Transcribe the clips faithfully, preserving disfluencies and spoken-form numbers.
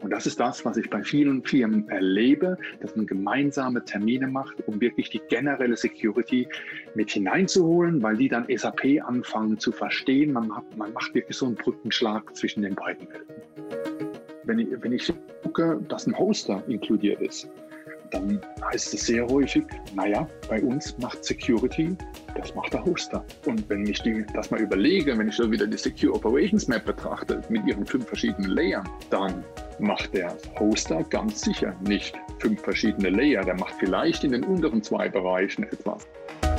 Und das ist das, was ich bei vielen Firmen erlebe, dass man gemeinsame Termine macht, um wirklich die generelle Security mit hineinzuholen, weil die dann S A P anfangen zu verstehen. Man macht, man macht wirklich so einen Brückenschlag zwischen den beiden Welten. Wenn ich, wenn ich gucke, dass ein Hoster inkludiert ist, dann heißt es sehr häufig, naja, bei uns macht Security, das macht der Hoster. Und wenn ich die, das mal überlege, wenn ich so wieder die Secure Operations Map betrachte, mit ihren fünf verschiedenen Layern, dann macht der Hoster ganz sicher nicht fünf verschiedene Layer. Der macht vielleicht in den unteren zwei Bereichen etwas.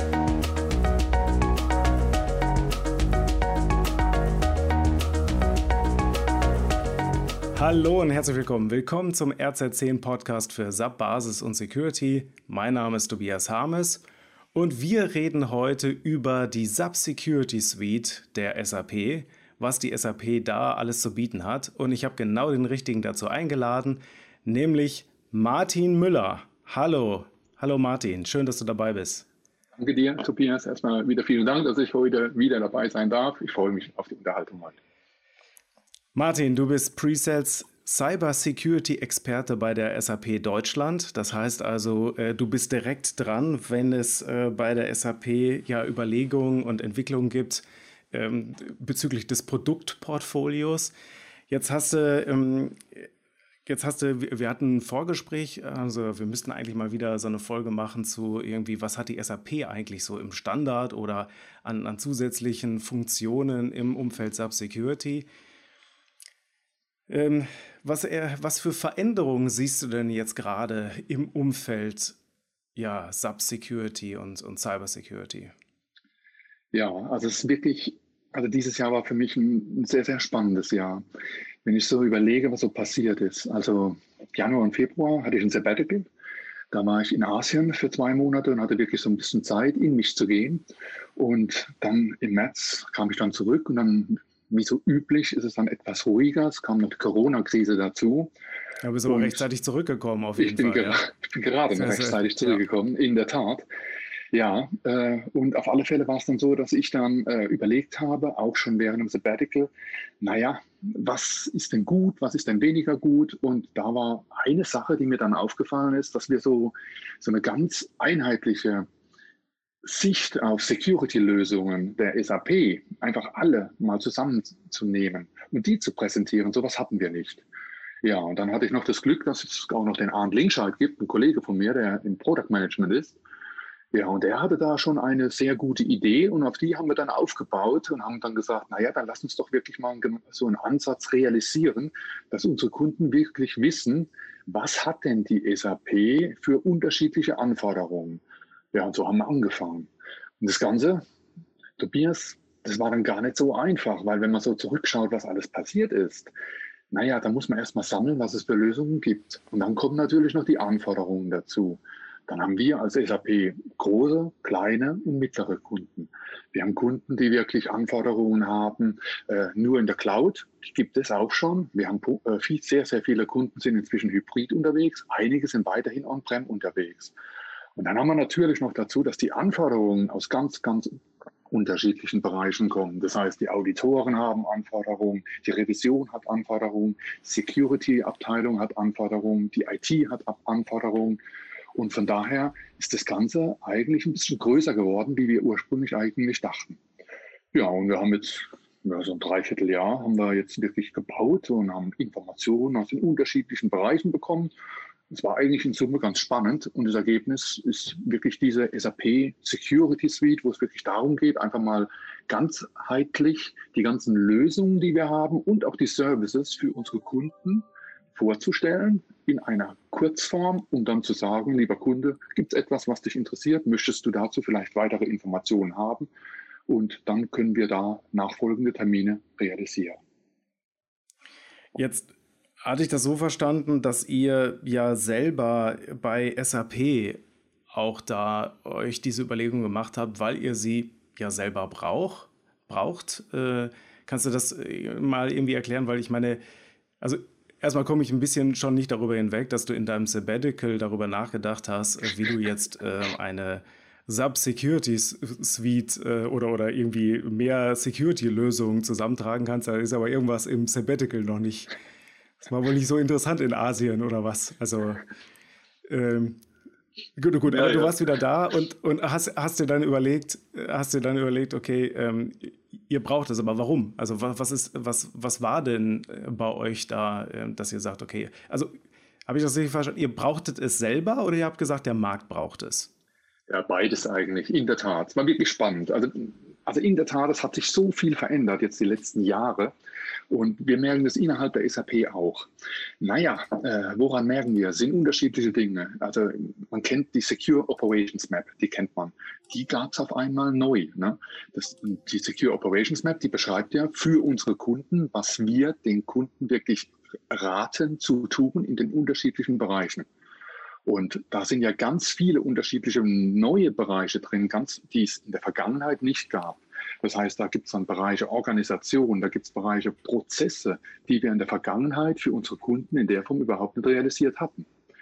Hallo und herzlich willkommen. Willkommen zum R Z zehn Podcast für S A P Basis und Security. Mein Name ist Tobias Harmes und wir reden heute über die S A P Security Suite der S A P, was die S A P da alles zu bieten hat. Und ich habe genau den richtigen dazu eingeladen, nämlich Martin Müller. Hallo, hallo Martin, schön, dass du dabei bist. Danke dir, Tobias. Erstmal wieder vielen Dank, dass ich heute wieder dabei sein darf. Ich freue mich auf die Unterhaltung heute. Martin, du bist Pre-Sales Cyber Security Experte bei der S A P Deutschland. Das heißt also, du bist direkt dran, wenn es bei der S A P ja Überlegungen und Entwicklungen gibt ähm, bezüglich des Produktportfolios. Jetzt hast du, ähm, jetzt hast du, wir hatten ein Vorgespräch, also wir müssten eigentlich mal wieder so eine Folge machen zu irgendwie, was hat die S A P eigentlich so im Standard oder an, an zusätzlichen Funktionen im Umfeld S A P Security. Ähm, was, äh, was für Veränderungen siehst du denn jetzt gerade im Umfeld ja, S A P Security und, und Cyber Security? Ja, also es ist wirklich, also dieses Jahr war für mich ein sehr, sehr spannendes Jahr. Wenn ich so überlege, was so passiert ist. Also Januar und Februar hatte ich ein Sabbatical. Da war ich in Asien für zwei Monate und hatte wirklich so ein bisschen Zeit, in mich zu gehen. Und dann im März kam ich dann zurück und dann, wie so üblich, ist es dann etwas ruhiger. Es kam noch die Corona-Krise dazu. Du bist aber und rechtzeitig zurückgekommen auf jeden ich bin Fall. Ja. Ich bin gerade sehr, rechtzeitig sehr, zurückgekommen, ja. In der Tat. Ja, äh, und auf alle Fälle war es dann so, dass ich dann äh, überlegt habe, auch schon während dem Sabbatical, naja, was ist denn gut, was ist denn weniger gut? Und da war eine Sache, die mir dann aufgefallen ist, dass wir so, so eine ganz einheitliche Sicht auf Security-Lösungen der S A P, einfach alle mal zusammenzunehmen und die zu präsentieren, sowas hatten wir nicht. Ja, und dann hatte ich noch das Glück, dass es auch noch den Arndt Linkscheid gibt, ein Kollege von mir, der im Product Management ist. Ja, und der hatte da schon eine sehr gute Idee und auf die haben wir dann aufgebaut und haben dann gesagt, naja, dann lass uns doch wirklich mal so einen Ansatz realisieren, dass unsere Kunden wirklich wissen, was hat denn die S A P für unterschiedliche Anforderungen. Ja, und so haben wir angefangen. Und das Ganze, Tobias, das war dann gar nicht so einfach, weil wenn man so zurückschaut, was alles passiert ist, naja, da muss man erstmal sammeln, was es für Lösungen gibt. Und dann kommen natürlich noch die Anforderungen dazu. Dann haben wir als S A P große, kleine und mittlere Kunden. Wir haben Kunden, die wirklich Anforderungen haben, äh, nur in der Cloud. Die gibt es auch schon. Wir haben äh, viel, sehr, sehr viele Kunden sind inzwischen hybrid unterwegs. Einige sind weiterhin on-prem unterwegs. Und dann haben wir natürlich noch dazu, dass die Anforderungen aus ganz, ganz unterschiedlichen Bereichen kommen. Das heißt, die Auditoren haben Anforderungen, die Revision hat Anforderungen, Security-Abteilung hat Anforderungen, die I T hat Anforderungen. Und von daher ist das Ganze eigentlich ein bisschen größer geworden, wie wir ursprünglich eigentlich dachten. Ja, und wir haben jetzt ja, so ein Dreivierteljahr haben wir jetzt wirklich gebaut und haben Informationen aus den unterschiedlichen Bereichen bekommen. Es war eigentlich in Summe ganz spannend und das Ergebnis ist wirklich diese S A P Security Suite, wo es wirklich darum geht, einfach mal ganzheitlich die ganzen Lösungen, die wir haben und auch die Services für unsere Kunden vorzustellen in einer Kurzform, um dann zu sagen, lieber Kunde, gibt es etwas, was dich interessiert? Möchtest du dazu vielleicht weitere Informationen haben? Und dann können wir da nachfolgende Termine realisieren. Jetzt hatte ich das so verstanden, dass ihr ja selber bei S A P auch da euch diese Überlegung gemacht habt, weil ihr sie ja selber brauch, braucht. Äh, kannst du das mal irgendwie erklären? Weil ich meine, also erstmal komme ich ein bisschen schon nicht darüber hinweg, dass du in deinem Sabbatical darüber nachgedacht hast, wie du jetzt äh, eine S A P Security Suite äh, oder, oder irgendwie mehr Security-Lösungen zusammentragen kannst. Da ist aber irgendwas im Sabbatical noch nicht Das war wohl nicht so interessant in Asien oder was? Also, ähm, gut, gut, Ja, aber du ja. warst wieder da und, und hast, hast dir dann überlegt, hast dir dann überlegt, okay, ähm, ihr braucht es, aber warum? Also was, was ist, was, was war denn äh, bei euch da, ähm, dass ihr sagt, okay, also habe ich das richtig verstanden? Ihr brauchtet es selber oder ihr habt gesagt, der Markt braucht es? Ja, beides eigentlich, in der Tat. Es war wirklich spannend. Also, also in der Tat, es hat sich so viel verändert jetzt die letzten Jahre. Und wir merken das innerhalb der S A P auch. Naja, äh, woran merken wir? Es sind unterschiedliche Dinge. Also man kennt die Secure Operations Map, die kennt man. Die gab es auf einmal neu. Ne? Das, die Secure Operations Map, die beschreibt ja für unsere Kunden, was wir den Kunden wirklich raten zu tun in den unterschiedlichen Bereichen. Und da sind ja ganz viele unterschiedliche neue Bereiche drin, ganz, die es in der Vergangenheit nicht gab. Das heißt, da gibt es dann Bereiche Organisation, da gibt es Bereiche Prozesse, die wir in der Vergangenheit für unsere Kunden in der Form überhaupt nicht realisiert hatten.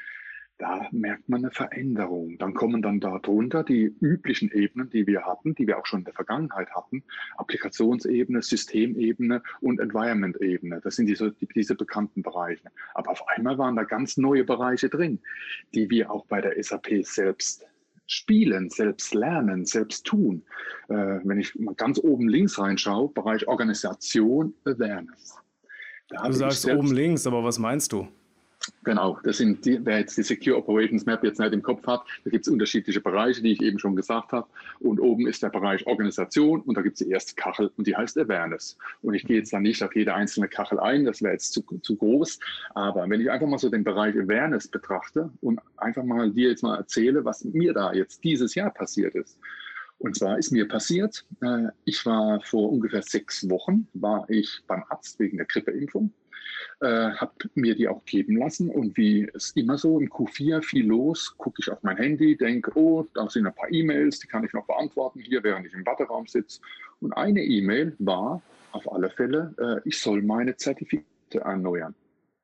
Da merkt man eine Veränderung. Dann kommen dann darunter die üblichen Ebenen, die wir hatten, die wir auch schon in der Vergangenheit hatten. Applikationsebene, Systemebene und Environment-Ebene. Das sind diese, diese bekannten Bereiche. Aber auf einmal waren da ganz neue Bereiche drin, die wir auch bei der S A P selbst spielen, selbst lernen, selbst tun. Äh, wenn ich mal ganz oben links reinschaue, Bereich Organisation, Awareness. Da Du habe ich sagst oben selbst links, aber was meinst du? Genau, das sind die, wer jetzt die Secure Operations Map jetzt nicht im Kopf hat, da gibt es unterschiedliche Bereiche, die ich eben schon gesagt habe. Und oben ist der Bereich Organisation und da gibt es die erste Kachel und die heißt Awareness. Und ich gehe jetzt da nicht auf jede einzelne Kachel ein, das wäre jetzt zu, zu groß. Aber wenn ich einfach mal so den Bereich Awareness betrachte und einfach mal dir jetzt mal erzähle, was mir da jetzt dieses Jahr passiert ist. Und zwar ist mir passiert, äh, ich war vor ungefähr sechs Wochen, war ich beim Arzt wegen der Grippeimpfung. Äh, habe mir die auch geben lassen und wie es immer so im Q vier viel los, gucke ich auf mein Handy, denke, oh, da sind ein paar E-Mails, die kann ich noch beantworten hier, während ich im Warteraum sitze. Und eine E-Mail war auf alle Fälle, äh, ich soll meine Zertifikate erneuern.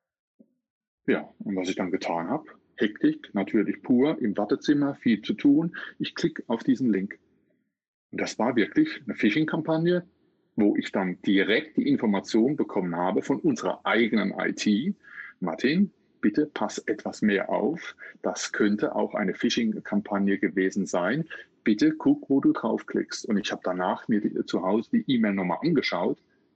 Ja, und was ich dann getan habe, Hektik, natürlich pur, im Wartezimmer, viel zu tun. Ich klicke auf diesen Link. Und das war wirklich eine Phishing-Kampagne, wo ich dann direkt die Information bekommen habe von unserer eigenen I T. Martin, bitte pass etwas mehr auf. Das könnte auch eine Phishing-Kampagne gewesen sein. Bitte guck, wo du draufklickst. Und ich habe danach mir die, zu Hause die E-Mail nochmal angeschaut.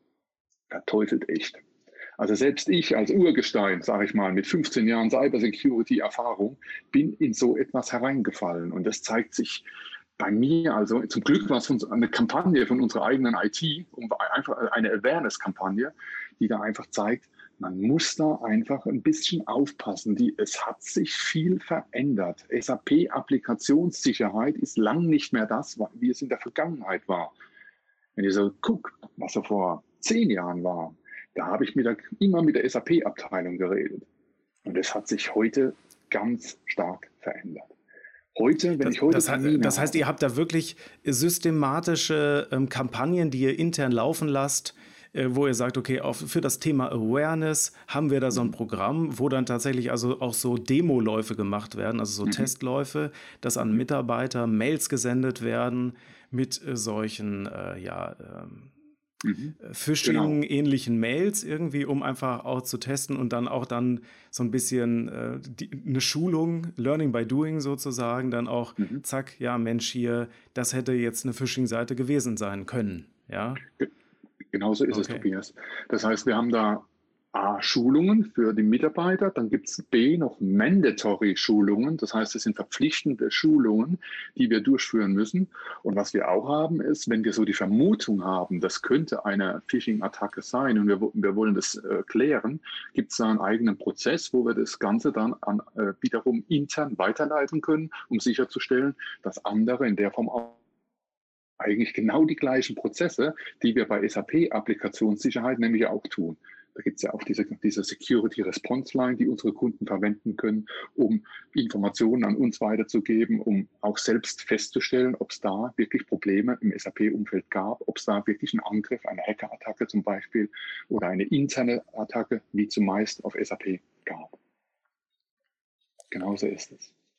Verteufelt echt. Also selbst ich als Urgestein, sage ich mal, mit fünfzehn Jahren Cybersecurity-Erfahrung, bin in so etwas hereingefallen. Und das zeigt sich bei mir, also zum Glück war es eine Kampagne von unserer eigenen I T, einfach eine Awareness-Kampagne, die da einfach zeigt, man muss da einfach ein bisschen aufpassen. Die, es hat sich viel verändert. S A P-Applikationssicherheit ist lang nicht mehr das, wie es in der Vergangenheit war. Wenn ich so gucke, was so vor zehn Jahren war, da habe ich mit der, immer mit der S A P-Abteilung geredet. Und es hat sich heute ganz stark verändert. Heute, wenn Das, ich heute das, Termine das heißt, habe, ihr habt da wirklich systematische ähm, Kampagnen, die ihr intern laufen lasst, äh, wo ihr sagt, okay, auf, für das Thema Awareness haben wir da so ein Programm, wo dann tatsächlich also auch so Demoläufe gemacht werden, also so mhm. Testläufe, dass an Mitarbeiter Mails gesendet werden mit äh, solchen, äh, ja, ähm, Mhm. Phishing-ähnlichen Mails irgendwie, um einfach auch zu testen und dann auch dann so ein bisschen äh, die, eine Schulung, Learning by Doing sozusagen, dann auch, Mhm. zack, ja Mensch, hier, das hätte jetzt eine Phishing-Seite gewesen sein können, ja? Genauso ist es, Okay. Tobias. Das heißt, wir haben da A, Schulungen für die Mitarbeiter, dann gibt es B, noch Mandatory-Schulungen, das heißt, es sind verpflichtende Schulungen, die wir durchführen müssen. Und was wir auch haben, ist, wenn wir so die Vermutung haben, das könnte eine Phishing-Attacke sein und wir, wir wollen das äh, klären, gibt es da einen eigenen Prozess, wo wir das Ganze dann an, äh, wiederum intern weiterleiten können, um sicherzustellen, dass andere in der Form auch eigentlich genau die gleichen Prozesse, die wir bei S A P-Applikationssicherheit nämlich auch tun. Da gibt es ja auch diese, diese Security Response Line, die unsere Kunden verwenden können, um Informationen an uns weiterzugeben, um auch selbst festzustellen, ob es da wirklich Probleme im S A P-Umfeld gab, ob es da wirklich einen Angriff, eine Hacker-Attacke zum Beispiel oder eine interne Attacke, wie zumeist auf S A P gab. Genauso ist es.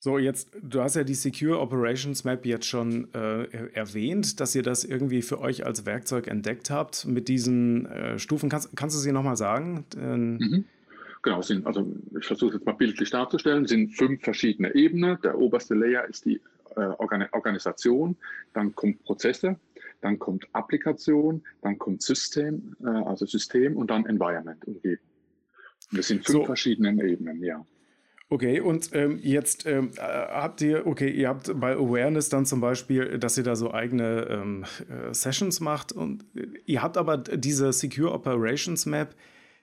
So, jetzt, du hast ja die Secure Operations Map jetzt schon äh, er- erwähnt, dass ihr das irgendwie für euch als Werkzeug entdeckt habt mit diesen äh, Stufen. Kannst, kannst du sie nochmal sagen? Ähm, Mhm. Genau, es sind, also ich versuche es jetzt mal bildlich darzustellen, es sind fünf verschiedene Ebenen. Der oberste Layer ist die äh, Organ Organisation, dann kommt Prozesse, dann kommt Applikation, dann kommt System, äh, also System und dann Environment, Umgebung. Und das sind fünf so, verschiedene Ebenen, ja. okay, und ähm, jetzt ähm, äh, habt ihr, okay, ihr habt bei Awareness dann zum Beispiel, dass ihr da so eigene ähm, äh, Sessions macht und äh, ihr habt aber diese Secure Operations Map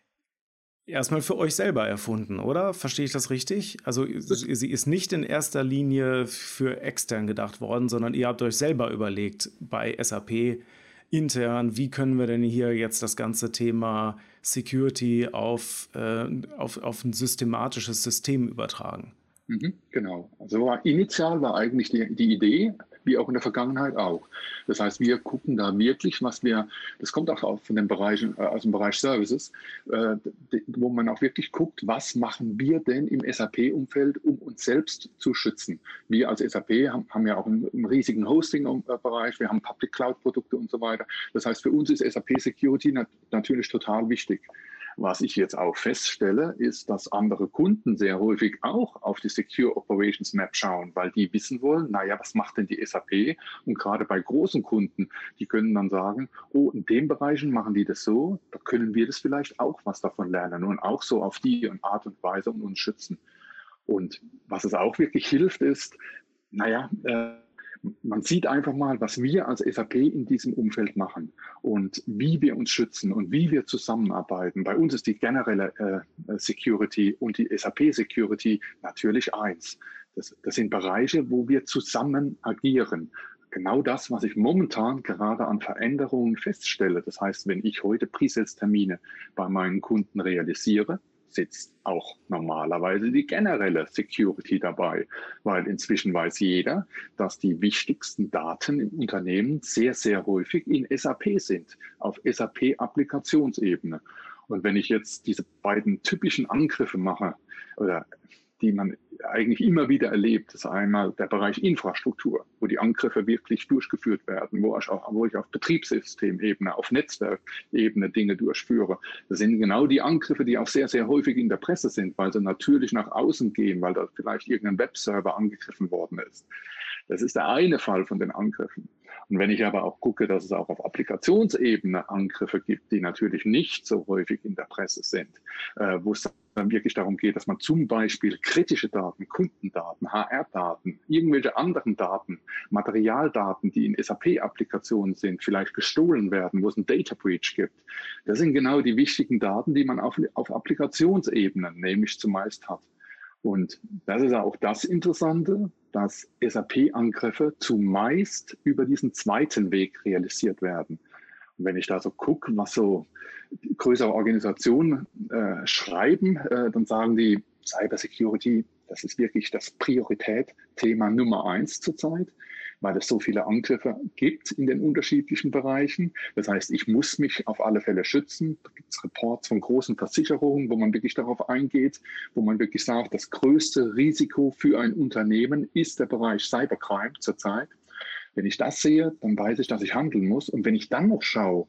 erstmal für euch selber erfunden, oder? Verstehe ich das richtig? Also Das, sie sie ist nicht in erster Linie für extern gedacht worden, sondern ihr habt euch selber überlegt bei S A P intern, wie können wir denn hier jetzt das ganze Thema Security auf, äh, auf, auf ein systematisches System übertragen? Mhm, genau. Also war, initial war eigentlich die, die Idee, wie auch in der Vergangenheit auch. Das heißt, wir gucken da wirklich, was wir, das kommt auch von den Bereichen, äh, aus dem Bereich Services, äh, wo man auch wirklich guckt, was machen wir denn im S A P-Umfeld, um uns selbst zu schützen. Wir als S A P haben, haben ja auch einen, einen riesigen Hosting-Bereich, wir haben Public Cloud-Produkte und so weiter. Das heißt, für uns ist S A P Security nat natürlich total wichtig. Was ich jetzt auch feststelle, ist, dass andere Kunden sehr häufig auch auf die Secure Operations Map schauen, weil die wissen wollen, naja, was macht denn die S A P? Und gerade bei großen Kunden, die können dann sagen, oh, in den Bereichen machen die das so, da können wir das vielleicht auch was davon lernen und auch so auf die Art und Weise und uns schützen. Und was es auch wirklich hilft, ist, naja, äh, man sieht einfach mal, was wir als S A P in diesem Umfeld machen und wie wir uns schützen und wie wir zusammenarbeiten. Bei uns ist die generelle äh, Security und die S A P Security natürlich eins. Das, das sind Bereiche, wo wir zusammen agieren. Genau das, was ich momentan gerade an Veränderungen feststelle. Das heißt, wenn ich heute Pre-Sales-Termine bei meinen Kunden realisiere, sitzt auch normalerweise die generelle Security dabei, weil inzwischen weiß jeder, dass die wichtigsten Daten im Unternehmen sehr, sehr häufig in S A P sind, auf S A P-Applikationsebene. Und wenn ich jetzt diese beiden typischen Angriffe mache, oder die man eigentlich immer wieder erlebt, das ist einmal der Bereich Infrastruktur, wo die Angriffe wirklich durchgeführt werden, wo ich, auch, wo ich auf Betriebssystemebene, auf Netzwerkebene Dinge durchführe. Das sind genau die Angriffe, die auch sehr, sehr häufig in der Presse sind, weil sie natürlich nach außen gehen, weil da vielleicht irgendein Webserver angegriffen worden ist. Das ist der eine Fall von den Angriffen. Und wenn ich aber auch gucke, dass es auch auf Applikationsebene Angriffe gibt, die natürlich nicht so häufig in der Presse sind, äh, wo es dann wirklich darum geht, dass man zum Beispiel kritische Daten, Kundendaten, H R-Daten, irgendwelche anderen Daten, Materialdaten, die in S A P-Applikationen sind, vielleicht gestohlen werden, wo es einen Data Breach gibt. Das sind genau die wichtigen Daten, die man auf, auf Applikationsebene nämlich zumeist hat. Und das ist auch das Interessante, dass S A P-Angriffe zumeist über diesen zweiten Weg realisiert werden. Und wenn ich da so gucke, was so größere Organisationen äh, schreiben, äh, dann sagen die, Cybersecurity, das ist wirklich das Priorität-Thema Nummer eins zurzeit, weil es so viele Angriffe gibt in den unterschiedlichen Bereichen. Das heißt, ich muss mich auf alle Fälle schützen. Da gibt es Reports von großen Versicherungen, wo man wirklich darauf eingeht, wo man wirklich sagt, das größte Risiko für ein Unternehmen ist der Bereich Cybercrime zurzeit. Wenn ich das sehe, dann weiß ich, dass ich handeln muss. Und wenn ich dann noch schaue,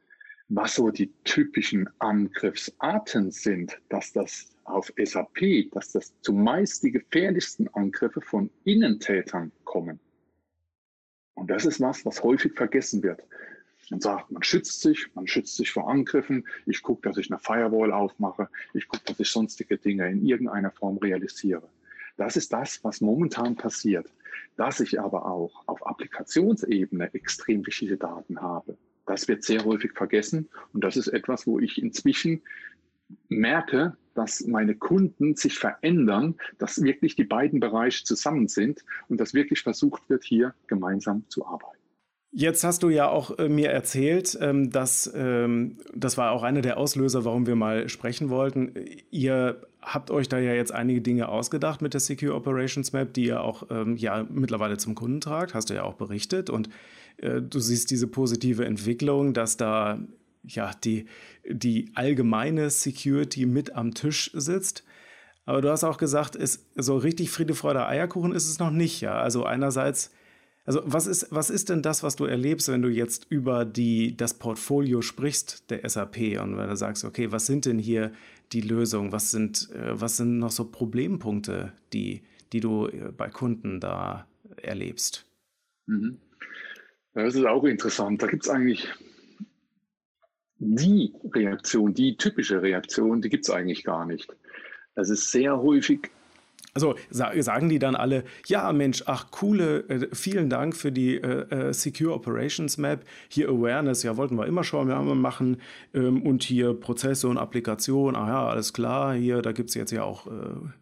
was so die typischen Angriffsarten sind, dass das auf S A P, dass das zumeist die gefährlichsten Angriffe von Innentätern kommen. Und das ist was, was häufig vergessen wird. Man sagt, man schützt sich, man schützt sich vor Angriffen. Ich gucke, dass ich eine Firewall aufmache. Ich gucke, dass ich sonstige Dinge in irgendeiner Form realisiere. Das ist das, was momentan passiert. Dass ich aber auch auf Applikationsebene extrem wichtige Daten habe. Das wird sehr häufig vergessen. Und das ist etwas, wo ich inzwischen merke, dass meine Kunden sich verändern, dass wirklich die beiden Bereiche zusammen sind und dass wirklich versucht wird, hier gemeinsam zu arbeiten. Jetzt hast du ja auch äh, mir erzählt, ähm, dass ähm, das war auch einer der Auslöser, warum wir mal sprechen wollten. Ihr habt euch da ja jetzt einige Dinge ausgedacht mit der Secure Operations Map, die ihr auch ähm, ja mittlerweile zum Kunden tragt, hast du ja auch berichtet. Und äh, du siehst diese positive Entwicklung, dass da ja die, die allgemeine Security mit am Tisch sitzt. Aber du hast auch gesagt, ist, so richtig Friede, Freude, Eierkuchen ist es noch nicht, ja. Also einerseits, also was ist, was ist denn das, was du erlebst, wenn du jetzt über die, das Portfolio sprichst der S A P und wenn du sagst, okay, was sind denn hier die Lösungen? Was sind, äh, was sind noch so Problempunkte, die, die du äh, bei Kunden da erlebst? Mhm. Ja, das ist auch interessant. Da gibt es eigentlich die Reaktion, die typische Reaktion, die gibt es eigentlich gar nicht. Es ist sehr häufig. Also sa sagen die dann alle, ja Mensch, ach coole, äh, vielen Dank für die äh, äh, Secure Operations Map, hier Awareness, ja wollten wir immer schon ja, machen ähm, und hier Prozesse und Applikationen, ah ja, alles klar, hier, da gibt es jetzt ja auch äh,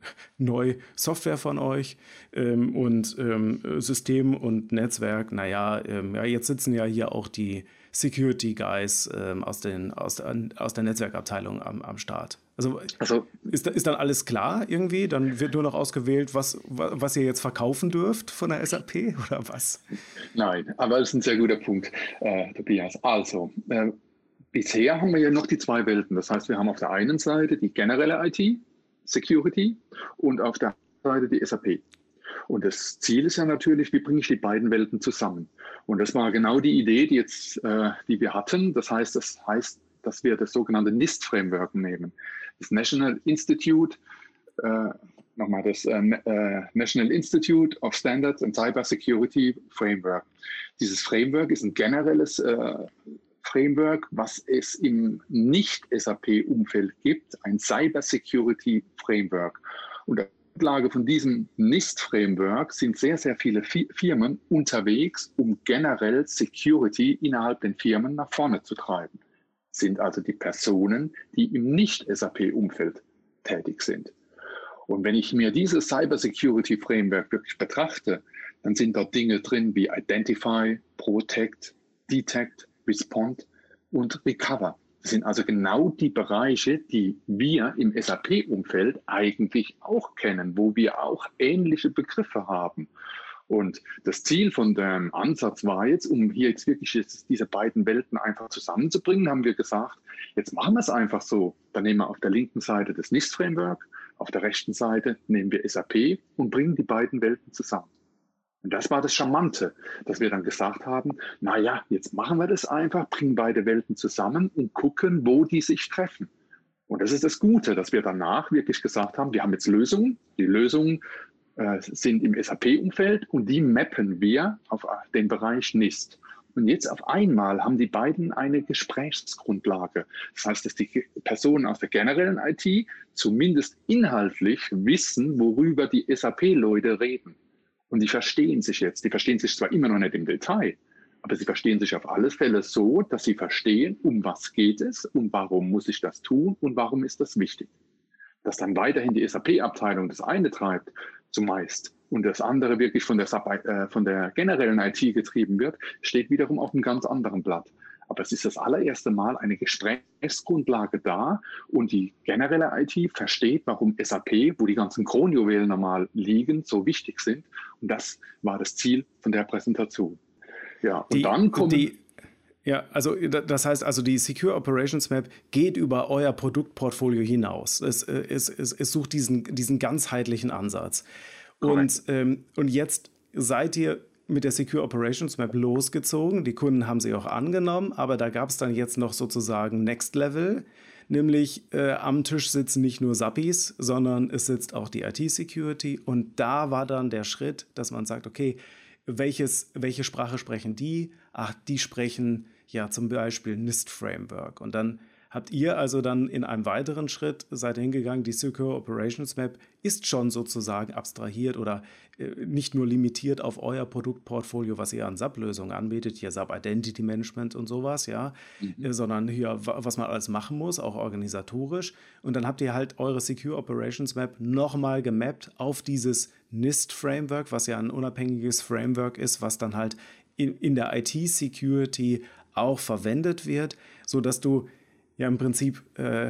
neu Software von euch ähm, und ähm, System und Netzwerk, naja, ähm, ja, jetzt sitzen ja hier auch die Security Guys ähm, aus, den, aus, der, aus der Netzwerkabteilung am, am Start. Also, Also ist, ist dann alles klar irgendwie? Dann wird nur noch ausgewählt, was, was ihr jetzt verkaufen dürft von der S A P oder was? nein, aber das ist ein sehr guter Punkt, äh, Tobias. Also, äh, bisher haben wir ja noch die zwei Welten. Das heißt, wir haben auf der einen Seite die generelle I T, Security, und auf der anderen Seite die S A P. Und das Ziel ist ja natürlich, wie bringe ich die beiden Welten zusammen? Und das war genau die Idee, die, jetzt, äh, die wir hatten. Das heißt, das heißt, dass wir das sogenannte NIST-Framework nehmen. Das National Institute, äh, nochmal das äh, National Institute of Standards and Cyber Security Framework. Dieses Framework ist ein generelles äh, Framework, was es im Nicht-S A P-Umfeld gibt, ein Cyber Security Framework. Und der Grundlage von diesem NIST-Framework sind sehr, sehr viele Firmen unterwegs, um generell Security innerhalb den Firmen nach vorne zu treiben. Sind also die Personen, die im Nicht-S A P-Umfeld tätig sind. Und wenn ich mir dieses Cyber Security Framework wirklich betrachte, dann sind dort Dinge drin wie Identify, Protect, Detect, Respond und Recover. Das sind also genau die Bereiche, die wir im S A P-Umfeld eigentlich auch kennen, wo wir auch ähnliche Begriffe haben. Und das Ziel von dem Ansatz war jetzt, um hier jetzt wirklich jetzt diese beiden Welten einfach zusammenzubringen, haben wir gesagt, jetzt machen wir es einfach so. Dann nehmen wir auf der linken Seite das NIST-Framework, auf der rechten Seite nehmen wir S A P und bringen die beiden Welten zusammen. Und das war das Charmante, dass wir dann gesagt haben, naja, jetzt machen wir das einfach, bringen beide Welten zusammen und gucken, wo die sich treffen. Und das ist das Gute, dass wir danach wirklich gesagt haben, wir haben jetzt Lösungen. Die Lösungen äh, sind im S A P-Umfeld und die mappen wir auf den Bereich NIST. Und jetzt auf einmal haben die beiden eine Gesprächsgrundlage. Das heißt, dass die Personen aus der generellen I T zumindest inhaltlich wissen, worüber die S A P-Leute reden. Und die verstehen sich jetzt. Die verstehen sich zwar immer noch nicht im Detail, aber sie verstehen sich auf alle Fälle so, dass sie verstehen, um was geht es und warum muss ich das tun und warum ist das wichtig. Dass dann weiterhin die S A P-Abteilung das eine treibt, zumeist, und das andere wirklich von der, äh, von der generellen I T getrieben wird, steht wiederum auf einem ganz anderen Blatt. Aber es ist das allererste Mal eine Gesprächsgrundlage da und die generelle I T versteht, warum S A P, wo die ganzen Kronjuwelen normal liegen, so wichtig sind. Und das war das Ziel von der Präsentation. Ja, und die, dann kommen... Die Ja, also das heißt also, die Secure Operations Map geht über euer Produktportfolio hinaus. Es, es, es, es sucht diesen, diesen ganzheitlichen Ansatz. Und, ähm, und jetzt seid ihr mit der Secure Operations Map losgezogen. Die Kunden haben sie auch angenommen, aber da gab es dann jetzt noch sozusagen Next Level. Nämlich äh, am Tisch sitzen nicht nur Sappis, sondern es sitzt auch die I T-Security. Und da war dann der Schritt, dass man sagt, okay, welches, welche Sprache sprechen die? Ach, die sprechen ja zum Beispiel NIST-Framework. Und dann habt ihr also dann in einem weiteren Schritt, seid ihr hingegangen, die Secure Operations Map ist schon sozusagen abstrahiert oder äh, nicht nur limitiert auf euer Produktportfolio, was ihr an S A P-Lösungen anbietet, hier S A P Identity Management und sowas, ja, mhm. äh, sondern hier, was man alles machen muss, auch organisatorisch. Und dann habt ihr halt eure Secure Operations Map nochmal gemappt auf dieses NIST-Framework, was ja ein unabhängiges Framework ist, was dann halt in, in der I T-Security auch verwendet wird, sodass du ja im Prinzip äh,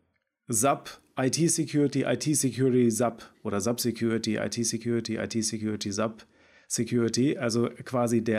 S A P, I T-Security, I T-Security, S A P oder S A P-Security, I T-Security, I T-Security, S A P-Security, also quasi der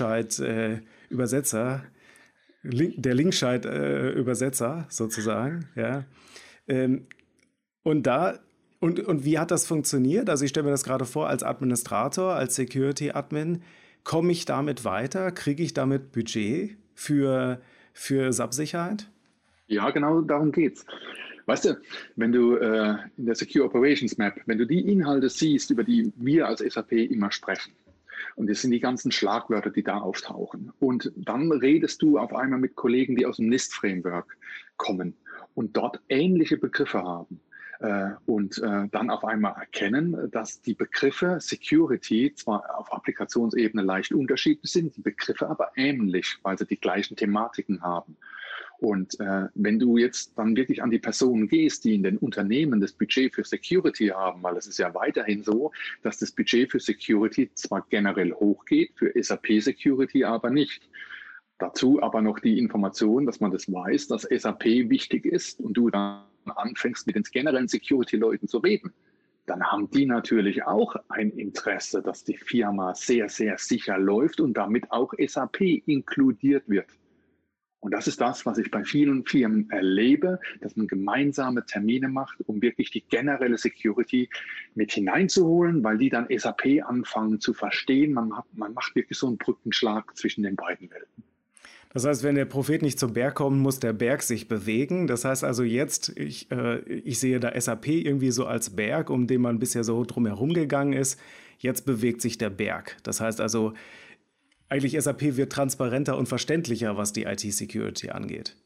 Langscheid-Übersetzer, äh, der Linkscheid-Übersetzer äh, sozusagen, ja. Ähm, und da Und, und wie hat das funktioniert? Also ich stelle mir das gerade vor, als Administrator, als Security-Admin, komme ich damit weiter? Kriege ich damit Budget für, für S A P-Sicherheit? Ja, genau darum geht's. Weißt du, wenn du äh, in der Secure Operations Map, wenn du die Inhalte siehst, über die wir als S A P immer sprechen, und das sind die ganzen Schlagwörter, die da auftauchen, und dann redest du auf einmal mit Kollegen, die aus dem NIST-Framework kommen und dort ähnliche Begriffe haben, äh, und äh, dann auf einmal erkennen, dass die Begriffe Security zwar auf Applikationsebene leicht unterschiedlich sind, die Begriffe aber ähnlich, weil sie die gleichen Thematiken haben. Und äh, wenn du jetzt dann wirklich an die Personen gehst, die in den Unternehmen das Budget für Security haben, weil es ist ja weiterhin so, dass das Budget für Security zwar generell hochgeht, für S A P Security aber nicht. Dazu aber noch die Information, dass man das weiß, dass S A P wichtig ist und du dann anfängst, mit den generellen Security-Leuten zu reden, dann haben die natürlich auch ein Interesse, dass die Firma sehr, sehr sicher läuft und damit auch S A P inkludiert wird. Und das ist das, was ich bei vielen Firmen erlebe, dass man gemeinsame Termine macht, um wirklich die generelle Security mit hineinzuholen, weil die dann S A P anfangen zu verstehen. Man macht, man macht wirklich so einen Brückenschlag zwischen den beiden Welten. Das heißt, wenn der Prophet nicht zum Berg kommt, muss der Berg sich bewegen. Das heißt also jetzt, ich, äh, ich sehe da S A P irgendwie so als Berg, um den man bisher so drumherum gegangen ist. Jetzt bewegt sich der Berg. Das heißt also, eigentlich S A P wird transparenter und verständlicher, was die I T-Security angeht.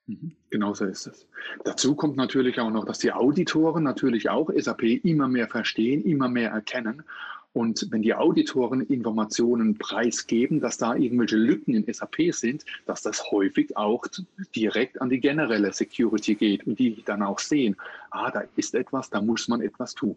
Genau so ist es. Dazu kommt natürlich auch noch, dass die Auditoren natürlich auch S A P immer mehr verstehen, immer mehr erkennen. Und wenn die Auditoren Informationen preisgeben, dass da irgendwelche Lücken in S A P sind, dass das häufig auch direkt an die generelle Security geht und die dann auch sehen, ah, da ist etwas, da muss man etwas tun.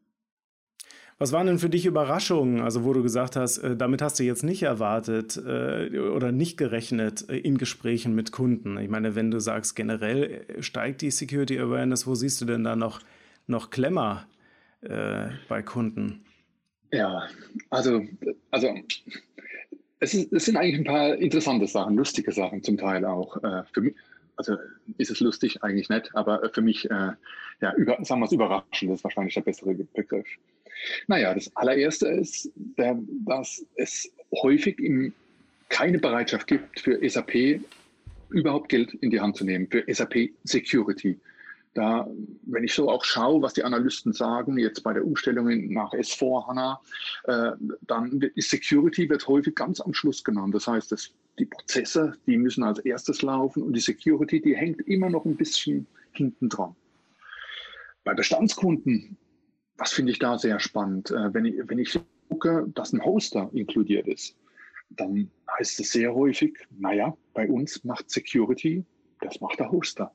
Was waren denn für dich Überraschungen, also wo du gesagt hast, äh, damit hast du jetzt nicht erwartet äh, oder nicht gerechnet äh, in Gesprächen mit Kunden? Ich meine, wenn du sagst, generell äh, steigt die Security Awareness, wo siehst du denn da noch, noch Klemmer äh, bei Kunden? Ja, also, also es, ist, es sind eigentlich ein paar interessante Sachen, lustige Sachen zum Teil auch. Äh, für mich, also ist es lustig eigentlich nicht, aber für mich, äh, ja, über, sagen wir es überraschend, das ist wahrscheinlich der bessere Begriff. Naja, das allererste ist, der, dass es häufig im, keine Bereitschaft gibt, für S A P überhaupt Geld in die Hand zu nehmen, für S A P Security. Da, wenn ich so auch schaue, was die Analysten sagen, jetzt bei der Umstellung nach S vier HANA, äh, dann ist Security wird häufig ganz am Schluss genannt. Das heißt, dass die Prozesse, die müssen als erstes laufen und die Security, die hängt immer noch ein bisschen hinten dran. Bei Bestandskunden, das finde ich da sehr spannend. Äh, wenn ich, wenn ich gucke, dass ein Hoster inkludiert ist, dann heißt es sehr häufig, naja, bei uns macht Security, das macht der Hoster.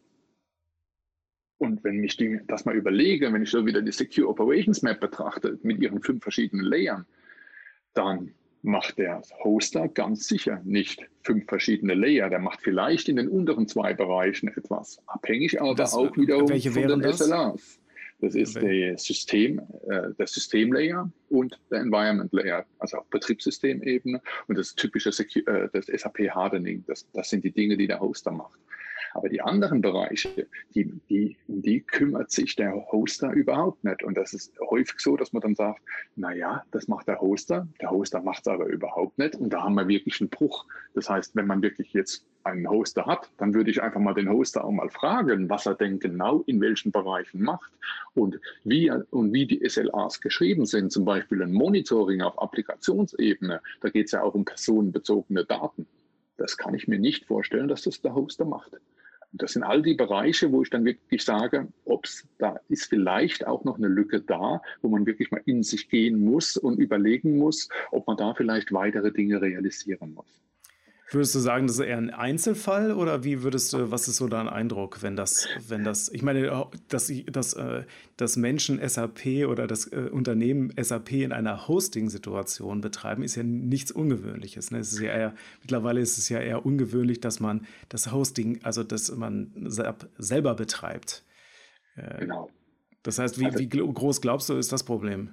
Und wenn ich die, das mal überlege, wenn ich so wieder die Secure Operations Map betrachte, mit ihren fünf verschiedenen Layern, dann macht der Hoster ganz sicher nicht fünf verschiedene Layer. Der macht vielleicht in den unteren zwei Bereichen etwas, abhängig aber das, auch wiederum von den das? S L As. Das ist der System, äh, der Systemlayer und der Environment Layer, also auf Betriebssystemebene und das typische Secu- äh, das S A P Hardening. Das, das sind die Dinge, die der Hoster macht. Aber die anderen Bereiche, die, die, um die kümmert sich der Hoster überhaupt nicht. Und das ist häufig so, dass man dann sagt, naja, das macht der Hoster, der Hoster macht es aber überhaupt nicht. Und da haben wir wirklich einen Bruch. Das heißt, wenn man wirklich jetzt einen Hoster hat, dann würde ich einfach mal den Hoster auch mal fragen, was er denn genau in welchen Bereichen macht und wie, und wie die S L As geschrieben sind. Zum Beispiel ein Monitoring auf Applikationsebene. Da geht es ja auch um personenbezogene Daten. Das kann ich mir nicht vorstellen, dass das der Hoster macht. Und das sind all die Bereiche, wo ich dann wirklich sage, ob's, da ist vielleicht auch noch eine Lücke da, wo man wirklich mal in sich gehen muss und überlegen muss, ob man da vielleicht weitere Dinge realisieren muss. Würdest du sagen, das ist eher ein Einzelfall oder wie würdest du, was ist so dein Eindruck, wenn das, wenn das, ich meine, dass, dass, dass Menschen S A P oder das Unternehmen S A P in einer Hosting-Situation betreiben, ist ja nichts Ungewöhnliches. Ne? Es ist ja eher, mittlerweile ist es ja eher ungewöhnlich, dass man das Hosting, also dass man selber betreibt. Genau. Das heißt, wie, also, wie groß glaubst du, ist das Problem?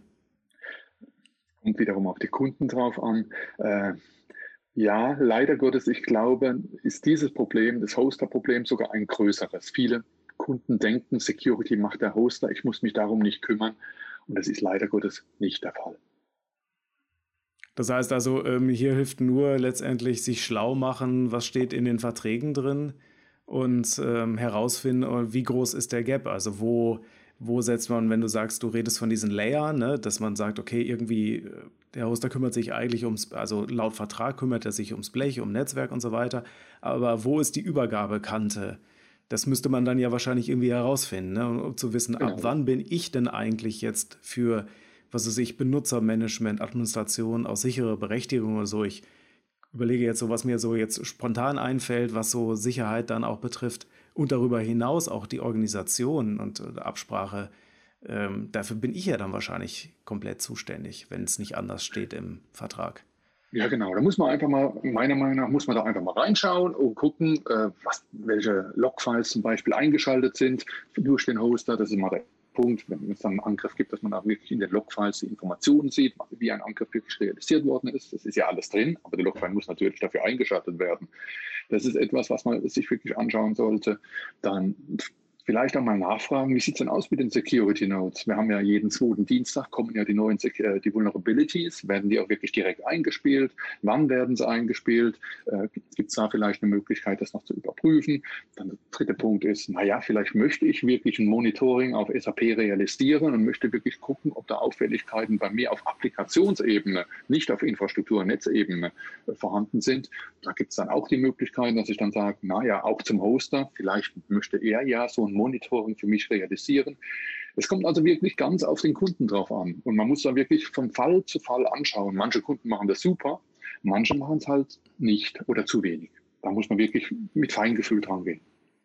Kommt wiederum auf die Kunden drauf an. Äh, Ja, leider Gottes, ich glaube, ist dieses Problem, das Hoster-Problem sogar ein größeres. Viele Kunden denken, Security macht der Hoster, ich muss mich darum nicht kümmern. Und das ist leider Gottes nicht der Fall. Das heißt also, ähm, hier hilft nur letztendlich sich schlau machen, was steht in den Verträgen drin und ähm, herausfinden, äh, wie groß ist der Gap. Also wo, wo setzt man, wenn du sagst, du redest von diesen Layern, ne, dass man sagt, okay, irgendwie äh, der Hoster kümmert sich eigentlich ums, also laut Vertrag kümmert er sich ums Blech, um Netzwerk und so weiter. Aber wo ist die Übergabekante? Das müsste man dann ja wahrscheinlich irgendwie herausfinden, ne, um zu wissen, ab Genau. wann bin ich denn eigentlich jetzt für, was weiß ich, Benutzermanagement, Administration, aus sicherer Berechtigung oder so. Ich überlege jetzt so, was mir so jetzt spontan einfällt, was so Sicherheit dann auch betrifft und darüber hinaus auch die Organisation und äh, Absprache. Ähm, dafür bin ich ja dann wahrscheinlich komplett zuständig, wenn es nicht anders steht im Vertrag. Ja, genau. Da muss man einfach mal, meiner Meinung nach, muss man da einfach mal reinschauen und gucken, äh, was, welche Logfiles zum Beispiel eingeschaltet sind durch den Hoster. Das ist mal der Punkt, wenn es dann einen Angriff gibt, dass man auch wirklich in den Logfiles die Informationen sieht, wie ein Angriff wirklich realisiert worden ist. Das ist ja alles drin, aber der Logfile muss natürlich dafür eingeschaltet werden. Das ist etwas, was man sich wirklich anschauen sollte. Dann vielleicht auch mal nachfragen, wie sieht es denn aus mit den Security Notes? Wir haben ja jeden zweiten Dienstag kommen ja die neuen die Vulnerabilities. Werden die auch wirklich direkt eingespielt? Wann werden sie eingespielt? Äh, Gibt es da vielleicht eine Möglichkeit, das noch zu überprüfen? Dann der dritte Punkt ist, naja, vielleicht möchte ich wirklich ein Monitoring auf S A P realisieren und möchte wirklich gucken, ob da Auffälligkeiten bei mir auf Applikationsebene, nicht auf Infrastruktur- und Netzebene äh, vorhanden sind. Da gibt es dann auch die Möglichkeit, dass ich dann sage, naja, auch zum Hoster, vielleicht möchte er ja so ein Monitoring für mich realisieren. Es kommt also wirklich ganz auf den Kunden drauf an. Und man muss da wirklich von Fall zu Fall anschauen. Manche Kunden machen das super, manche machen es halt nicht oder zu wenig. Da muss man wirklich mit Feingefühl dran gehen.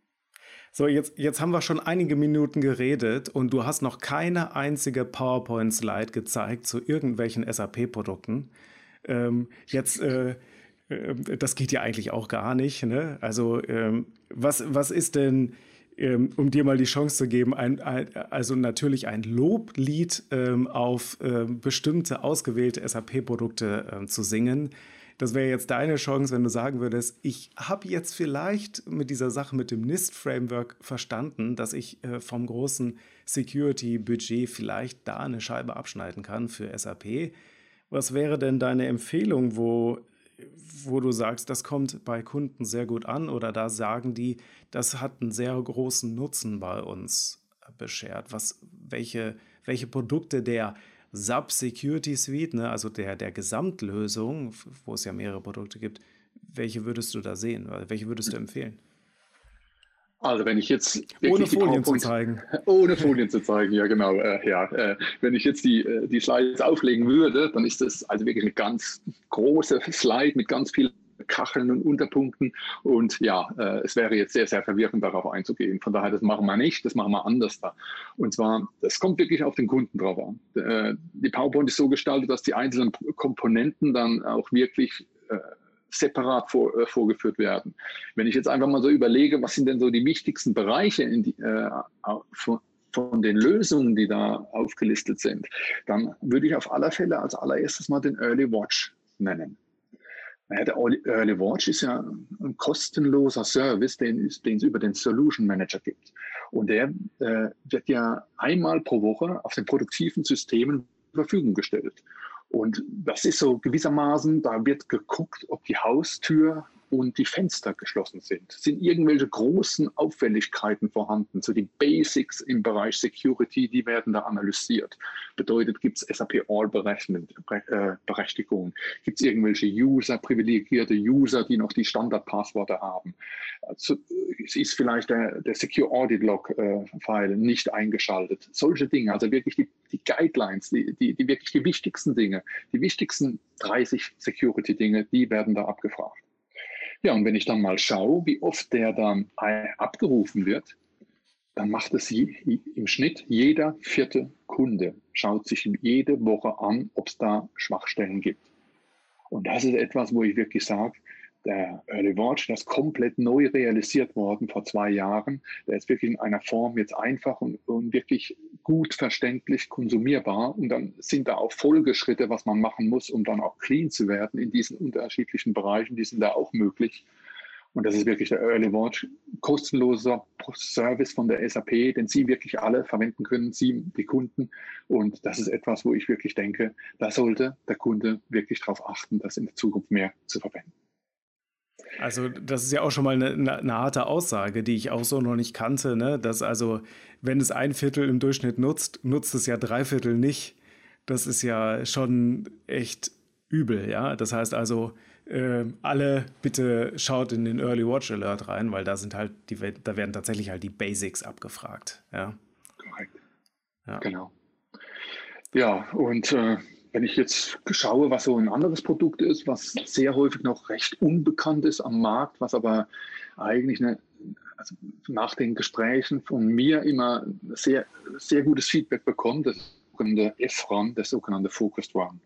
So, jetzt, jetzt haben wir schon einige Minuten geredet und du hast noch keine einzige PowerPoint-Slide gezeigt zu irgendwelchen S A P-Produkten. Ähm, jetzt, äh, äh, das geht ja eigentlich auch gar nicht, ne? Also, ähm, was, was ist denn, ähm, um dir mal die Chance zu geben, ein, ein, also natürlich ein Loblied ähm, auf ähm, bestimmte ausgewählte S A P-Produkte ähm, zu singen? Das wäre jetzt deine Chance, wenn du sagen würdest, ich habe jetzt vielleicht mit dieser Sache mit dem NIST-Framework verstanden, dass ich äh, vom großen Security-Budget vielleicht da eine Scheibe abschneiden kann für S A P. Was wäre denn deine Empfehlung, wo, wo du sagst, das kommt bei Kunden sehr gut an oder da sagen die, das hat einen sehr großen Nutzen bei uns beschert? Was, welche, welche Produkte der Sub-Security Suite, ne, also der, der Gesamtlösung, wo es ja mehrere Produkte gibt, welche würdest du da sehen? Welche würdest du empfehlen? Also wenn ich jetzt ohne wirklich die Folien zu PowerPoint, zeigen. ohne Folien zu zeigen, ja genau, äh, ja, äh, wenn ich jetzt die, äh, die Slides auflegen würde, dann ist das also wirklich eine ganz große Slide mit ganz vielen Kacheln und Unterpunkten und ja, äh, es wäre jetzt sehr, sehr verwirrend darauf einzugehen. Von daher, das machen wir nicht, das machen wir anders da. Und zwar, das kommt wirklich auf den Kunden drauf an. Äh, die PowerPoint ist so gestaltet, dass die einzelnen Komponenten dann auch wirklich äh, separat vor, äh, vorgeführt werden. Wenn ich jetzt einfach mal so überlege, was sind denn so die wichtigsten Bereiche in die, äh, von, von den Lösungen, die da aufgelistet sind, dann würde ich auf alle Fälle als allererstes mal den Early Watch nennen. Naja, der Early Watch ist ja ein kostenloser Service, den, den es über den Solution Manager gibt. Und der äh, wird ja einmal pro Woche auf den produktiven Systemen zur Verfügung gestellt. Und das ist so gewissermaßen, da wird geguckt, ob die Haustür und die Fenster geschlossen sind. Sind irgendwelche großen Auffälligkeiten vorhanden? So die Basics im Bereich Security, die werden da analysiert. Bedeutet, gibt es S A P All-Berechtigungen? Gibt es irgendwelche User, privilegierte User, die noch die Standardpasswörter haben? Also, es ist vielleicht der, der Secure Audit Log-File äh, nicht eingeschaltet. Solche Dinge, also wirklich die, die Guidelines, die, die, die wirklich die wichtigsten Dinge, die wichtigsten dreißig Security-Dinge, die werden da abgefragt. Ja, und wenn ich dann mal schaue, wie oft der dann abgerufen wird, dann macht es im Schnitt jeder vierte Kunde, schaut sich jede Woche an, ob es da Schwachstellen gibt. Und das ist etwas, wo ich wirklich sage, der Early Watch, der ist komplett neu realisiert worden vor zwei Jahren. Der ist wirklich in einer Form jetzt einfach und, und wirklich gut verständlich konsumierbar. Und dann sind da auch Folgeschritte, was man machen muss, um dann auch clean zu werden in diesen unterschiedlichen Bereichen. Die sind da auch möglich. Und das ist wirklich der Early Watch, kostenloser Service von der S A P, den Sie wirklich alle verwenden können, Sie, die Kunden. Und das ist etwas, wo ich wirklich denke, da sollte der Kunde wirklich darauf achten, das in der Zukunft mehr zu verwenden. Also das ist ja auch schon mal eine, eine, eine harte Aussage, die ich auch so noch nicht kannte, ne? Dass also, wenn es ein Viertel im Durchschnitt nutzt, nutzt es ja drei Viertel nicht. Das ist ja schon echt übel, ja. Das heißt also, äh, alle bitte schaut in den Early Watch Alert rein, weil da sind halt die, da werden tatsächlich halt die Basics abgefragt, ja. Korrekt. Ja. Genau. Ja, und äh, wenn ich jetzt schaue, was so ein anderes Produkt ist, was sehr häufig noch recht unbekannt ist am Markt, was aber eigentlich eine, also nach den Gesprächen von mir immer sehr, sehr gutes Feedback bekommt, das sogenannte F R A N, das sogenannte Focused Run.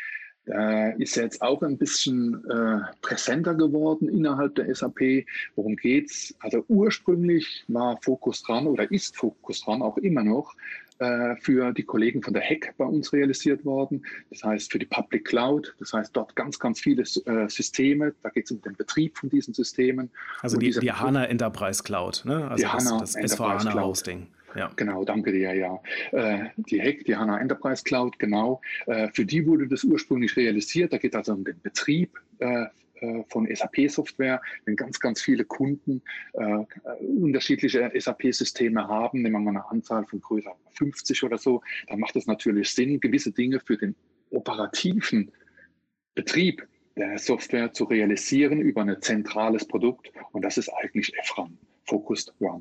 Da ist jetzt auch ein bisschen äh, präsenter geworden innerhalb der S A P. Worum geht's? Also ursprünglich war Focus dran oder ist Focus dran auch immer noch äh, für die Kollegen von der H E C bei uns realisiert worden. Das heißt für die Public Cloud. Das heißt dort ganz, ganz viele äh, Systeme. Da geht es um den Betrieb von diesen Systemen. Also die, die HANA Enterprise Cloud, ne? Also die das, HANA das Enterprise S V HANA Cloud. Hosting. Ja. Genau, danke dir, ja. Äh, die H E C, die HANA Enterprise Cloud, genau. Äh, für die wurde das ursprünglich realisiert. Da geht es also um den Betrieb äh, von S A P-Software. Wenn ganz, ganz viele Kunden äh, unterschiedliche S A P-Systeme haben, nehmen wir mal eine Anzahl von größer fünfzig oder so, dann macht es natürlich Sinn, gewisse Dinge für den operativen Betrieb der Software zu realisieren über ein zentrales Produkt. Und das ist eigentlich F R A N, Focused Run.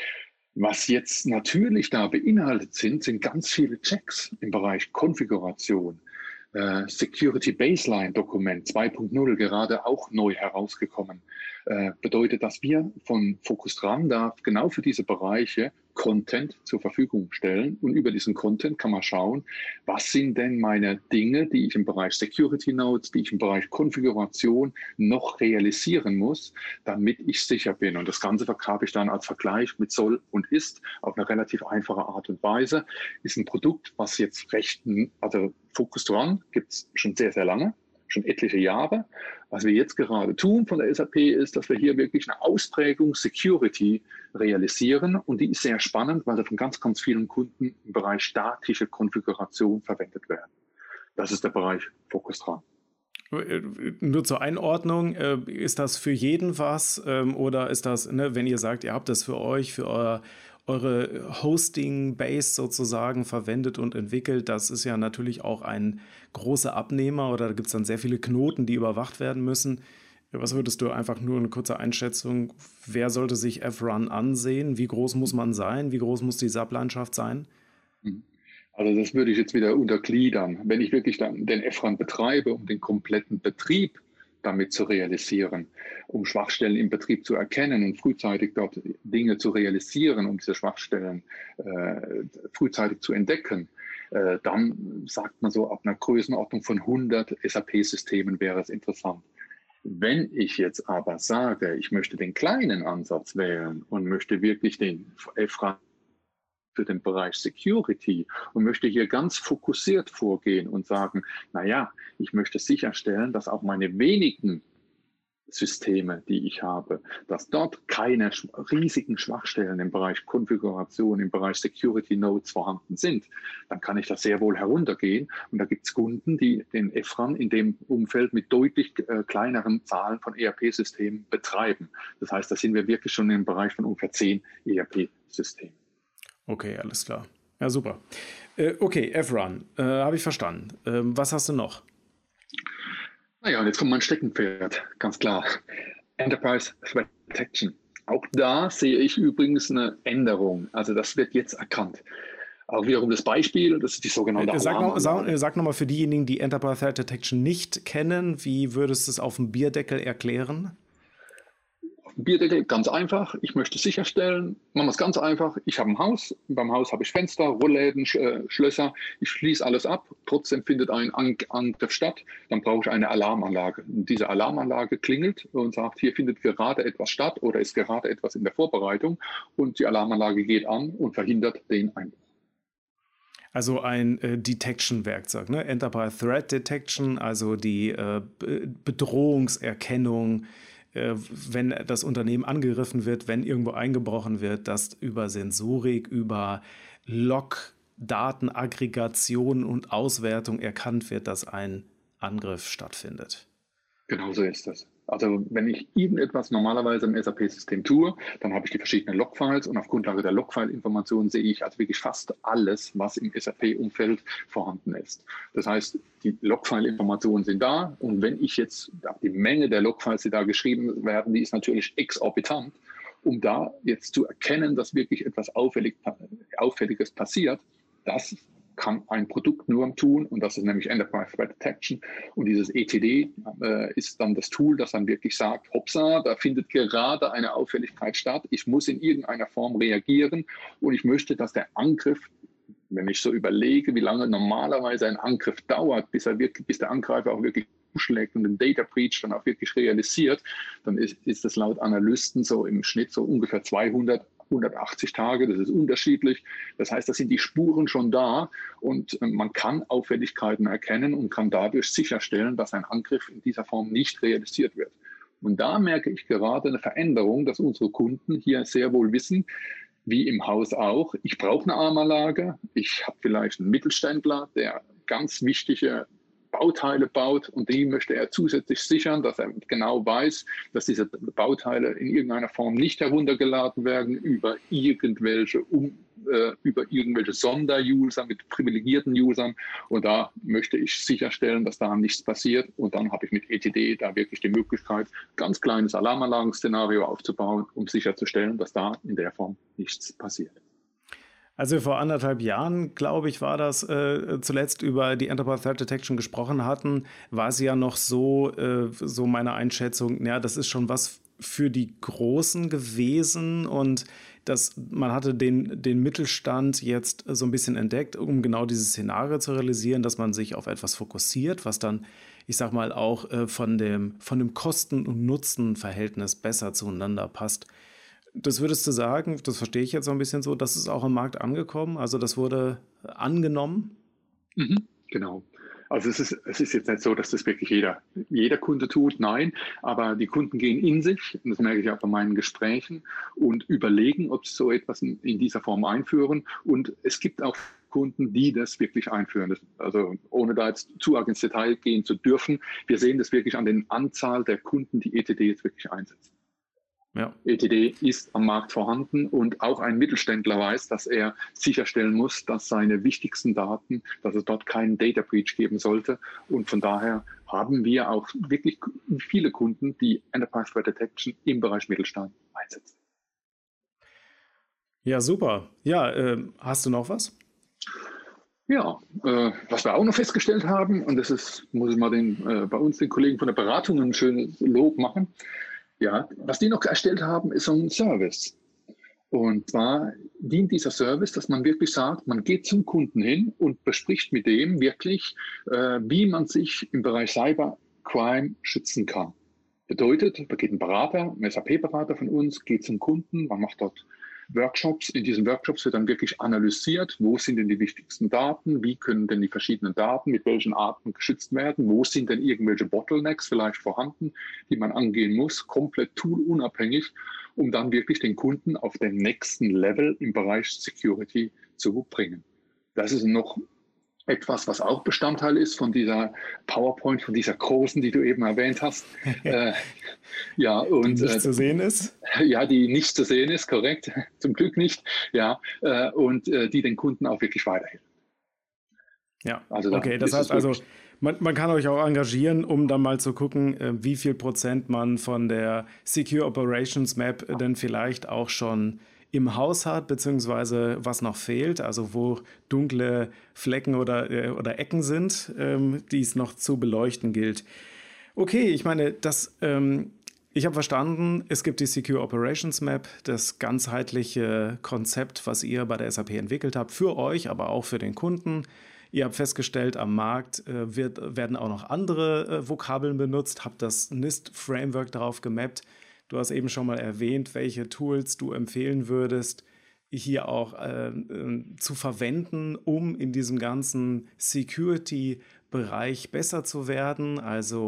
Was jetzt natürlich da beinhaltet sind, sind ganz viele Checks im Bereich Konfiguration. Äh, Security Baseline Dokument zwei Punkt null, gerade auch neu herausgekommen, äh, bedeutet, dass wir von Focused Run da genau für diese Bereiche Content zur Verfügung stellen. Und über diesen Content kann man schauen, was sind denn meine Dinge, die ich im Bereich Security Notes, die ich im Bereich Konfiguration noch realisieren muss, damit ich sicher bin. Und das Ganze habe ich dann als Vergleich mit Soll und Ist auf eine relativ einfache Art und Weise. Ist ein Produkt, was jetzt recht, also Focused Run gibt es schon sehr, sehr lange, schon etliche Jahre. Was wir jetzt gerade tun von der S A P ist, dass wir hier wirklich eine Ausprägung Security realisieren. Und die ist sehr spannend, weil sie von ganz, ganz vielen Kunden im Bereich statische Konfiguration verwendet werden. Das ist der Bereich Focused Run. Nur zur Einordnung, ist das für jeden was oder ist das, ne, wenn ihr sagt, ihr habt das für euch, für euer eure Hosting-Base sozusagen verwendet und entwickelt, das ist ja natürlich auch ein großer Abnehmer oder da gibt es dann sehr viele Knoten, die überwacht werden müssen. Was würdest du einfach nur eine kurze Einschätzung, wer sollte sich F R A N ansehen? Wie groß muss man sein? Wie groß muss die S A P-Landschaft sein? Also das würde ich jetzt wieder untergliedern. Wenn ich wirklich dann den F R A N betreibe, um den kompletten Betrieb damit zu realisieren, um Schwachstellen im Betrieb zu erkennen und frühzeitig dort Dinge zu realisieren, um diese Schwachstellen äh, frühzeitig zu entdecken, äh, dann sagt man so, ab einer Größenordnung von hundert S A P-Systemen wäre es interessant. Wenn ich jetzt aber sage, ich möchte den kleinen Ansatz wählen und möchte wirklich den F R A N für den Bereich Security und möchte hier ganz fokussiert vorgehen und sagen, naja, ich möchte sicherstellen, dass auch meine wenigen Systeme, die ich habe, dass dort keine riesigen Schwachstellen im Bereich Konfiguration, im Bereich Security Nodes vorhanden sind, dann kann ich da sehr wohl heruntergehen. Und da gibt es Kunden, die den F R A N in dem Umfeld mit deutlich äh, kleineren Zahlen von E R P-Systemen betreiben. Das heißt, da sind wir wirklich schon im Bereich von ungefähr zehn E R P-Systemen. Okay, alles klar. Ja, super. Äh, okay, F R A N, äh, habe ich verstanden. Ähm, was hast du noch? Naja, und jetzt kommt mein Steckenpferd, ganz klar. Enterprise Threat Detection. Auch da sehe ich übrigens eine Änderung. Also das wird jetzt erkannt. Auch wiederum das Beispiel, das ist die sogenannte äh, sag, noch, Alarmanlage. sag, sag nochmal für diejenigen, die Enterprise Threat Detection nicht kennen, wie würdest du es auf dem Bierdeckel erklären? Bierdeckel, ganz einfach. Ich möchte sicherstellen, machen wir es ganz einfach. Ich habe ein Haus, beim Haus habe ich Fenster, Rollläden, Sch äh, Schlösser. Ich schließe alles ab. Trotzdem findet ein Angriff statt. Dann brauche ich eine Alarmanlage. Und diese Alarmanlage klingelt und sagt, hier findet gerade etwas statt oder ist gerade etwas in der Vorbereitung. Und die Alarmanlage geht an und verhindert den Einbruch. Also ein äh, Detection-Werkzeug, ne? Enterprise Threat Detection, also die äh, Bedrohungserkennung äh, wenn das Unternehmen angegriffen wird, wenn irgendwo eingebrochen wird, dass über Sensorik, über Log-Datenaggregation und Auswertung erkannt wird, dass ein Angriff stattfindet. Genau so ist das. Also wenn ich irgendetwas normalerweise im S A P-System tue, dann habe ich die verschiedenen Logfiles und auf Grundlage der Logfile-Informationen sehe ich also wirklich fast alles, was im S A P-Umfeld vorhanden ist. Das heißt, die Logfile-Informationen sind da und wenn ich jetzt die Menge der Logfiles, die da geschrieben werden, die ist natürlich exorbitant, um da jetzt zu erkennen, dass wirklich etwas Auffällig, Auffälliges passiert, das kann ein Produkt nur tun und das ist nämlich Enterprise Threat Detection und dieses E T D äh, ist dann das Tool, das dann wirklich sagt, hoppsa, da findet gerade eine Auffälligkeit statt, ich muss in irgendeiner Form reagieren und ich möchte, dass der Angriff, wenn ich so überlege, wie lange normalerweise ein Angriff dauert, bis, er wirklich, bis der Angreifer auch wirklich zuschlägt und den Data Breach dann auch wirklich realisiert, dann ist, ist das laut Analysten so im Schnitt so ungefähr zweihundert hundertachtzig Tage, das ist unterschiedlich. Das heißt, da sind die Spuren schon da und man kann Auffälligkeiten erkennen und kann dadurch sicherstellen, dass ein Angriff in dieser Form nicht realisiert wird. Und da merke ich gerade eine Veränderung, dass unsere Kunden hier sehr wohl wissen, wie im Haus auch, ich brauche eine Alarmanlage, ich habe vielleicht einen Mittelständler, der ganz wichtige Bauteile baut und die möchte er zusätzlich sichern, dass er genau weiß, dass diese Bauteile in irgendeiner Form nicht heruntergeladen werden über irgendwelche, um, äh, über irgendwelche Sonder-User mit privilegierten Usern und da möchte ich sicherstellen, dass da nichts passiert und dann habe ich mit E T D da wirklich die Möglichkeit, ganz kleines Alarmanlagenszenario aufzubauen, um sicherzustellen, dass da in der Form nichts passiert. Als wir vor anderthalb Jahren, glaube ich, war das, äh, zuletzt über die Enterprise Threat Detection gesprochen hatten, war es ja noch so, äh, so meine Einschätzung, ja, das ist schon was für die Großen gewesen und dass man hatte den, den Mittelstand jetzt so ein bisschen entdeckt, um genau dieses Szenario zu realisieren, dass man sich auf etwas fokussiert, was dann, ich sag mal, auch äh, von dem, von dem Kosten- und Nutzen-Verhältnis besser zueinander passt. Das würdest du sagen, das verstehe ich jetzt so ein bisschen so, das ist auch im Markt angekommen, also das wurde angenommen? Mhm, genau. Also es ist, es ist jetzt nicht so, dass das wirklich jeder, jeder Kunde tut, nein, aber die Kunden gehen in sich, und das merke ich auch bei meinen Gesprächen, und überlegen, ob sie so etwas in, in dieser Form einführen. Und es gibt auch Kunden, die das wirklich einführen. Das, also ohne da jetzt zu arg ins Detail gehen zu dürfen, wir sehen das wirklich an der Anzahl der Kunden, die E T D jetzt wirklich einsetzen. Ja. E T D ist am Markt vorhanden und auch ein Mittelständler weiß, dass er sicherstellen muss, dass seine wichtigsten Daten, dass es dort keinen Data Breach geben sollte. Und von daher haben wir auch wirklich viele Kunden, die Enterprise Threat Detection im Bereich Mittelstand einsetzen. Ja, super. Ja, äh, hast du noch was? Ja, äh, was wir auch noch festgestellt haben, und das ist, muss ich mal den, äh, bei uns den Kollegen von der Beratung ein schönes Lob machen. Ja, was die noch erstellt haben, ist so ein Service. Und zwar dient dieser Service, dass man wirklich sagt, man geht zum Kunden hin und bespricht mit dem wirklich, äh, wie man sich im Bereich Cybercrime schützen kann. Bedeutet, da geht ein Berater, ein S A P-Berater von uns, geht zum Kunden, man macht dort Workshops. In diesen Workshops wird dann wirklich analysiert, wo sind denn die wichtigsten Daten, wie können denn die verschiedenen Daten mit welchen Arten geschützt werden, wo sind denn irgendwelche Bottlenecks vielleicht vorhanden, die man angehen muss, komplett toolunabhängig, um dann wirklich den Kunden auf den nächsten Level im Bereich Security zu bringen. Das ist noch etwas, was auch Bestandteil ist von dieser PowerPoint, von dieser großen, die du eben erwähnt hast. äh, ja, und, die nicht äh, zu sehen ist? Ja, die nicht zu sehen ist, korrekt. Zum Glück nicht. Ja, äh, und äh, die den Kunden auch wirklich weiterhilft. Ja, also da okay, das heißt also, man, man kann euch auch engagieren, um dann mal zu gucken, äh, wie viel Prozent man von der Secure Operations Map denn vielleicht auch schon im Haus hat, beziehungsweise was noch fehlt, also wo dunkle Flecken oder, äh, oder Ecken sind, ähm, die es noch zu beleuchten gilt. Okay, ich meine, das, ähm, ich habe verstanden, es gibt die Secure Operations Map, das ganzheitliche Konzept, was ihr bei der S A P entwickelt habt, für euch, aber auch für den Kunden. Ihr habt festgestellt, am Markt äh, wird, werden auch noch andere äh, Vokabeln benutzt, habt das NIST-Framework darauf gemappt. Du hast eben schon mal erwähnt, welche Tools du empfehlen würdest, hier auch äh, äh, zu verwenden, um in diesem ganzen Security-Bereich besser zu werden. Also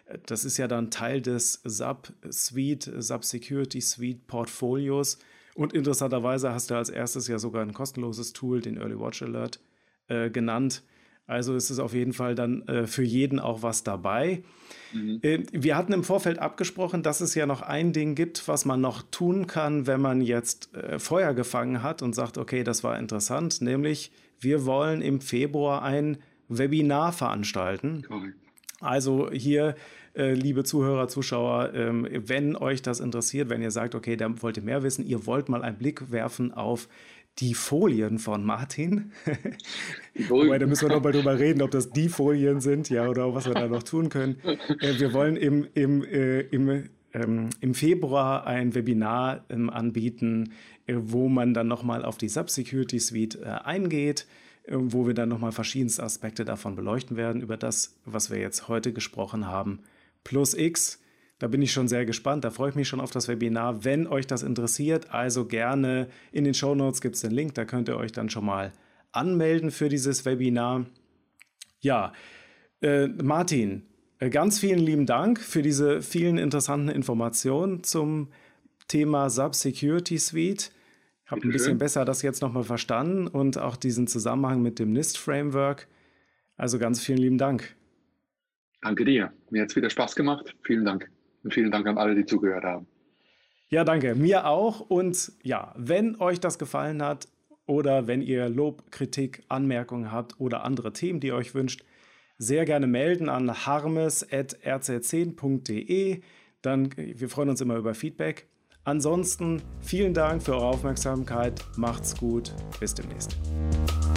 Das ist ja dann Teil des Sub-Suite, Sub-Security-Suite-Portfolios. Und interessanterweise hast du als erstes ja sogar ein kostenloses Tool, den Early Watch Alert, äh, genannt. Also ist es auf jeden Fall dann äh, für jeden auch was dabei. Mhm. Äh, wir hatten im Vorfeld abgesprochen, dass es ja noch ein Ding gibt, was man noch tun kann, wenn man jetzt äh, Feuer gefangen hat und sagt, okay, das war interessant, nämlich wir wollen im Februar ein Webinar veranstalten. Correct. Also hier, äh, liebe Zuhörer, Zuschauer, ähm, wenn euch das interessiert, wenn ihr sagt, okay, da wollt ihr mehr wissen, ihr wollt mal einen Blick werfen auf die Folien von Martin. Wobei, da müssen wir noch mal drüber reden, ob das die Folien sind, ja, oder was wir da noch tun können. Äh, wir wollen im, im, äh, im, ähm, im Februar ein Webinar ähm, anbieten, äh, wo man dann nochmal auf die Sub-Security Suite äh, eingeht, äh, wo wir dann nochmal verschiedenste Aspekte davon beleuchten werden, über das, was wir jetzt heute gesprochen haben, plus X. Da bin ich schon sehr gespannt, da freue ich mich schon auf das Webinar. Wenn euch das interessiert, also gerne in den Shownotes gibt es den Link, da könnt ihr euch dann schon mal anmelden für dieses Webinar. Ja, äh, Martin, äh, ganz vielen lieben Dank für diese vielen interessanten Informationen zum Thema Sub-Security Suite. Ich habe ein bisschen besser das jetzt nochmal verstanden und auch diesen Zusammenhang mit dem NIST-Framework. Also ganz vielen lieben Dank. Danke dir. Mir hat es wieder Spaß gemacht. Vielen Dank. Und vielen Dank an alle, die zugehört haben. Ja, danke. Mir auch. Und ja, wenn euch das gefallen hat oder wenn ihr Lob, Kritik, Anmerkungen habt oder andere Themen, die ihr euch wünscht, sehr gerne melden an harmes at r z zehn punkt de. Dann, wir freuen uns immer über Feedback. Ansonsten vielen Dank für eure Aufmerksamkeit. Macht's gut. Bis demnächst.